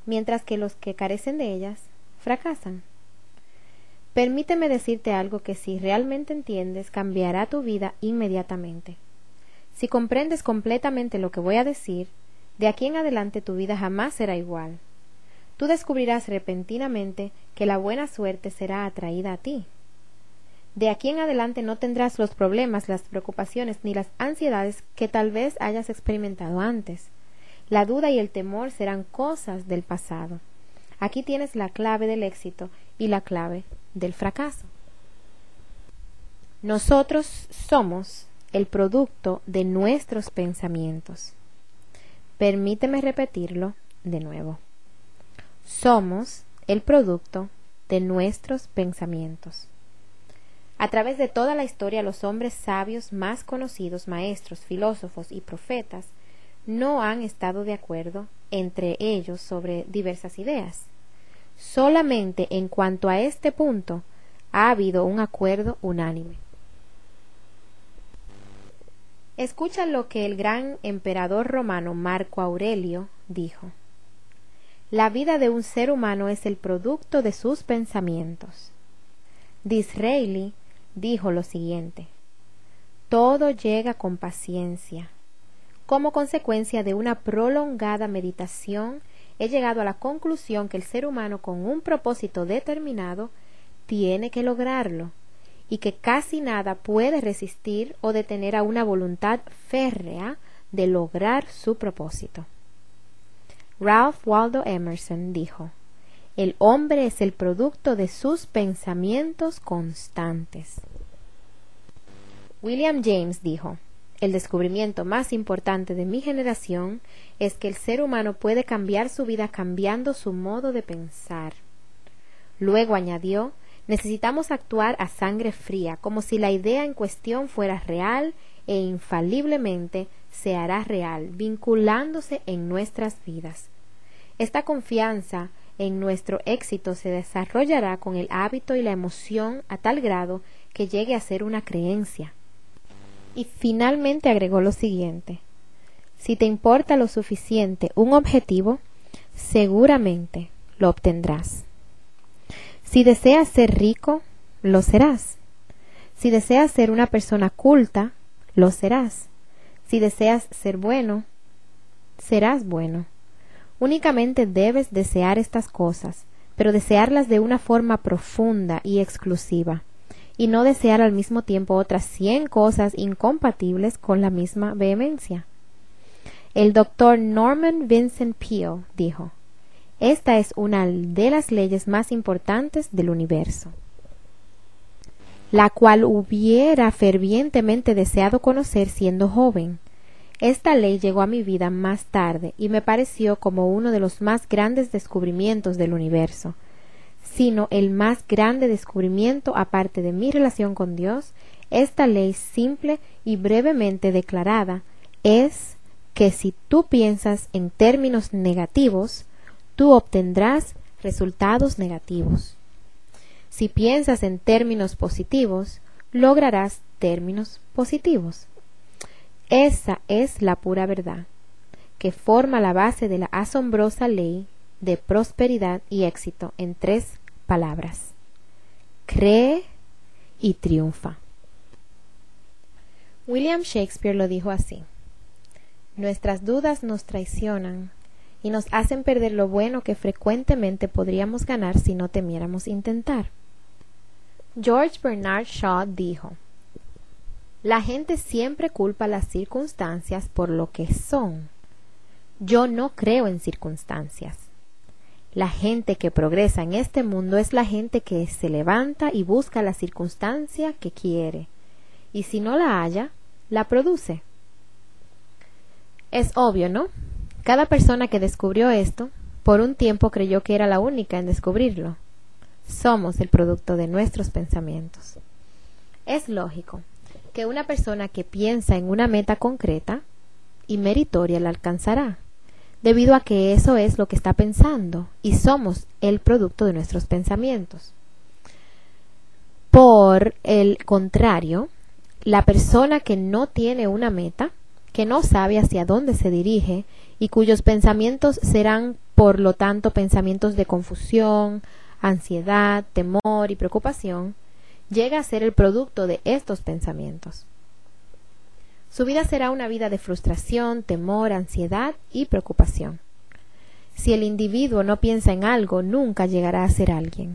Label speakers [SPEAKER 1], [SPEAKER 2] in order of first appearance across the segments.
[SPEAKER 1] mientras que los que carecen de ellas fracasan. Permíteme decirte algo que si realmente entiendes cambiará tu vida inmediatamente. Si comprendes completamente lo que voy a decir, de aquí en adelante tu vida jamás será igual. Tú descubrirás repentinamente que la buena suerte será atraída a ti. De aquí en adelante no tendrás los problemas, las preocupaciones ni las ansiedades que tal vez hayas experimentado antes. La duda y el temor serán cosas del pasado. Aquí tienes la clave del éxito y la clave del fracaso. Nosotros somos el producto de nuestros pensamientos. Permíteme repetirlo de nuevo. Somos el producto de nuestros pensamientos. A través de toda la historia, los hombres sabios más conocidos, maestros, filósofos y profetas, no han estado de acuerdo entre ellos sobre diversas ideas. Solamente en cuanto a este punto ha habido un acuerdo unánime. Escucha lo que el gran emperador romano Marco Aurelio dijo. La vida de un ser humano es el producto de sus pensamientos. Disraeli dijo lo siguiente: todo llega con paciencia. Como consecuencia de una prolongada meditación, he llegado a la conclusión que el ser humano con un propósito determinado tiene que lograrlo, y que casi nada puede resistir o detener a una voluntad férrea de lograr su propósito. Ralph Waldo Emerson dijo: el hombre es el producto de sus pensamientos constantes. William James dijo: el descubrimiento más importante de mi generación es que el ser humano puede cambiar su vida cambiando su modo de pensar. Luego añadió: necesitamos actuar a sangre fría, como si la idea en cuestión fuera real e infaliblemente se hará real, vinculándose en nuestras vidas. Esta confianza en nuestro éxito se desarrollará con el hábito y la emoción a tal grado que llegue a ser una creencia. Y finalmente agregó lo siguiente: si te importa lo suficiente un objetivo, seguramente lo obtendrás. Si deseas ser rico, lo serás. Si deseas ser una persona culta, lo serás. Si deseas ser bueno, serás bueno. Únicamente debes desear estas cosas, pero desearlas de una forma profunda y exclusiva, y no desear al mismo tiempo otras 100 cosas incompatibles con la misma vehemencia. El doctor Norman Vincent Peale dijo: esta es una de las leyes más importantes del universo, la cual hubiera fervientemente deseado conocer siendo joven. Esta ley llegó a mi vida más tarde y me pareció como uno de los más grandes descubrimientos del universo, sino el más grande descubrimiento aparte de mi relación con Dios. Esta ley simple y brevemente declarada es que si tú piensas en términos negativos, tú obtendrás resultados negativos. Si piensas en términos positivos, lograrás términos positivos. Esa es la pura verdad, que forma la base de la asombrosa ley de prosperidad y éxito en 3 palabras: cree y triunfa. William Shakespeare lo dijo así: nuestras dudas nos traicionan y nos hacen perder lo bueno que frecuentemente podríamos ganar si no temiéramos intentar. George Bernard Shaw dijo: la gente siempre culpa las circunstancias por lo que son. Yo no creo en circunstancias. La gente que progresa en este mundo es la gente que se levanta y busca la circunstancia que quiere, y si no la halla, la produce. Es obvio, ¿no? Cada persona que descubrió esto, por un tiempo creyó que era la única en descubrirlo. Somos el producto de nuestros pensamientos. Es lógico que una persona que piensa en una meta concreta y meritoria la alcanzará, debido a que eso es lo que está pensando, y somos el producto de nuestros pensamientos. Por el contrario, la persona que no tiene una meta, que no sabe hacia dónde se dirige y cuyos pensamientos serán por lo tanto pensamientos de confusión, ansiedad, temor y preocupación, llega a ser el producto de estos pensamientos. Su vida será una vida de frustración, temor, ansiedad y preocupación. Si el individuo no piensa en algo, nunca llegará a ser alguien.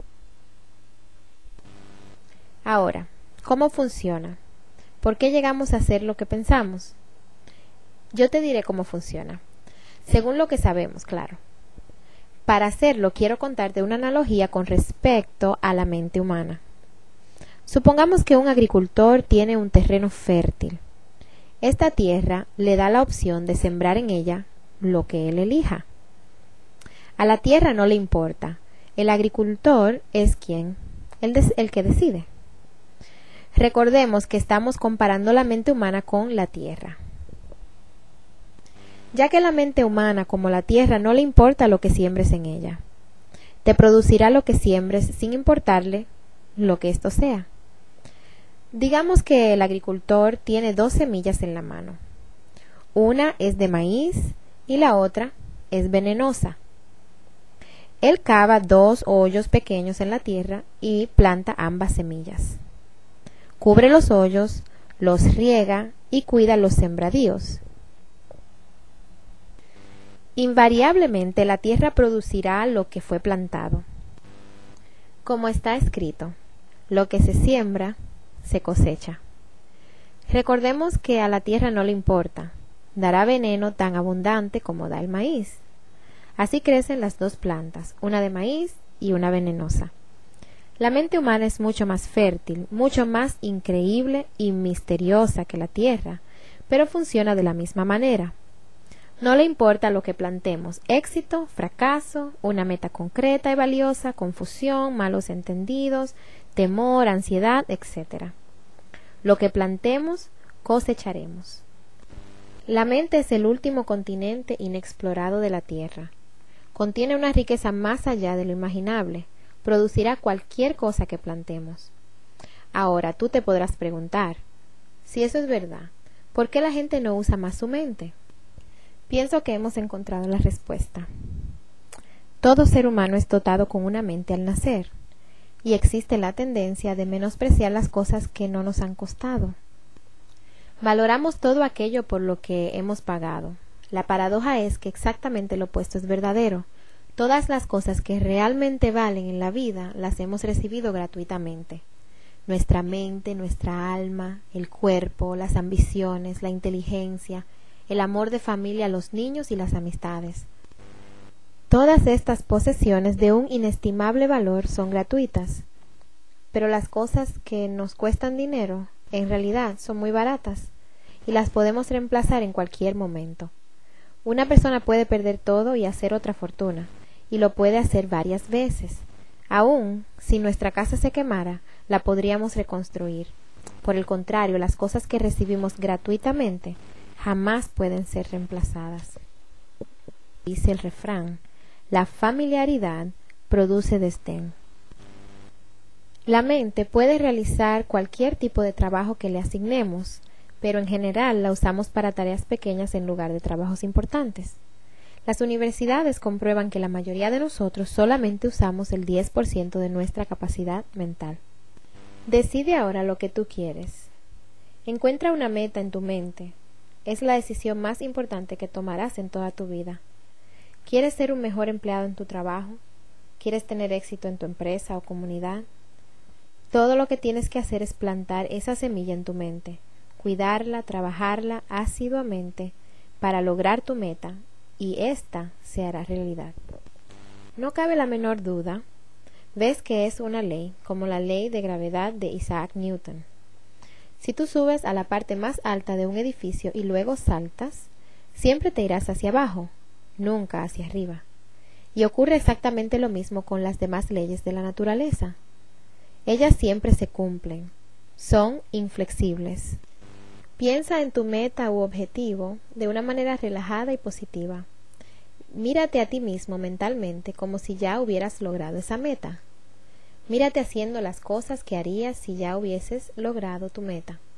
[SPEAKER 1] Ahora, ¿cómo funciona? ¿Por qué llegamos a hacer lo que pensamos? Yo te diré cómo funciona. Según lo que sabemos, claro. Para hacerlo, quiero contarte una analogía con respecto a la mente humana. Supongamos que un agricultor tiene un terreno fértil. Esta tierra le da la opción de sembrar en ella lo que él elija. A la tierra no le importa. El agricultor es el que decide. Recordemos que estamos comparando la mente humana con la tierra. Ya que la mente humana, como la tierra, no le importa lo que siembres en ella. Te producirá lo que siembres sin importarle lo que esto sea. Digamos que el agricultor tiene 2 semillas en la mano. Una es de maíz y la otra es venenosa. Él cava 2 hoyos pequeños en la tierra y planta ambas semillas. Cubre los hoyos, los riega y cuida los sembradíos. Invariablemente la tierra producirá lo que fue plantado. Como está escrito, lo que se siembra, se cosecha. Recordemos que a la tierra no le importa, dará veneno tan abundante como da el maíz. Así crecen las 2 plantas, una de maíz y una venenosa. La mente humana es mucho más fértil, mucho más increíble y misteriosa que la tierra, pero funciona de la misma manera. No le importa lo que plantemos, éxito, fracaso, una meta concreta y valiosa, confusión, malos entendidos, temor, ansiedad, etc. Lo que plantemos, cosecharemos. La mente es el último continente inexplorado de la Tierra. Contiene una riqueza más allá de lo imaginable. Producirá cualquier cosa que plantemos. Ahora tú te podrás preguntar, si eso es verdad, ¿por qué la gente no usa más su mente? Pienso que hemos encontrado la respuesta. Todo ser humano es dotado con una mente al nacer, y existe la tendencia de menospreciar las cosas que no nos han costado. Valoramos todo aquello por lo que hemos pagado. La paradoja es que exactamente lo opuesto es verdadero. Todas las cosas que realmente valen en la vida las hemos recibido gratuitamente. Nuestra mente, nuestra alma, el cuerpo, las ambiciones, la inteligencia, el amor de familia, los niños y las amistades. Todas estas posesiones de un inestimable valor son gratuitas, pero las cosas que nos cuestan dinero en realidad son muy baratas y las podemos reemplazar en cualquier momento. Una persona puede perder todo y hacer otra fortuna, y lo puede hacer varias veces. Aún si nuestra casa se quemara, la podríamos reconstruir. Por el contrario, las cosas que recibimos gratuitamente jamás pueden ser reemplazadas. Dice el refrán, la familiaridad produce desdén. La mente puede realizar cualquier tipo de trabajo que le asignemos, pero en general la usamos para tareas pequeñas en lugar de trabajos importantes. Las universidades comprueban que la mayoría de nosotros solamente usamos el 10% de nuestra capacidad mental. Decide ahora lo que tú quieres. Encuentra una meta en tu mente. Es la decisión más importante que tomarás en toda tu vida. ¿Quieres ser un mejor empleado en tu trabajo? ¿Quieres tener éxito en tu empresa o comunidad? Todo lo que tienes que hacer es plantar esa semilla en tu mente, cuidarla, trabajarla asiduamente para lograr tu meta, y ésta se hará realidad. No cabe la menor duda, ves que es una ley, como la ley de gravedad de Isaac Newton. Si tú subes a la parte más alta de un edificio y luego saltas, siempre te irás hacia abajo, nunca hacia arriba. Y ocurre exactamente lo mismo con las demás leyes de la naturaleza. Ellas siempre se cumplen, son inflexibles. Piensa en tu meta u objetivo de una manera relajada y positiva. Mírate a ti mismo mentalmente como si ya hubieras logrado esa meta. Mírate haciendo las cosas que harías si ya hubieses logrado tu meta.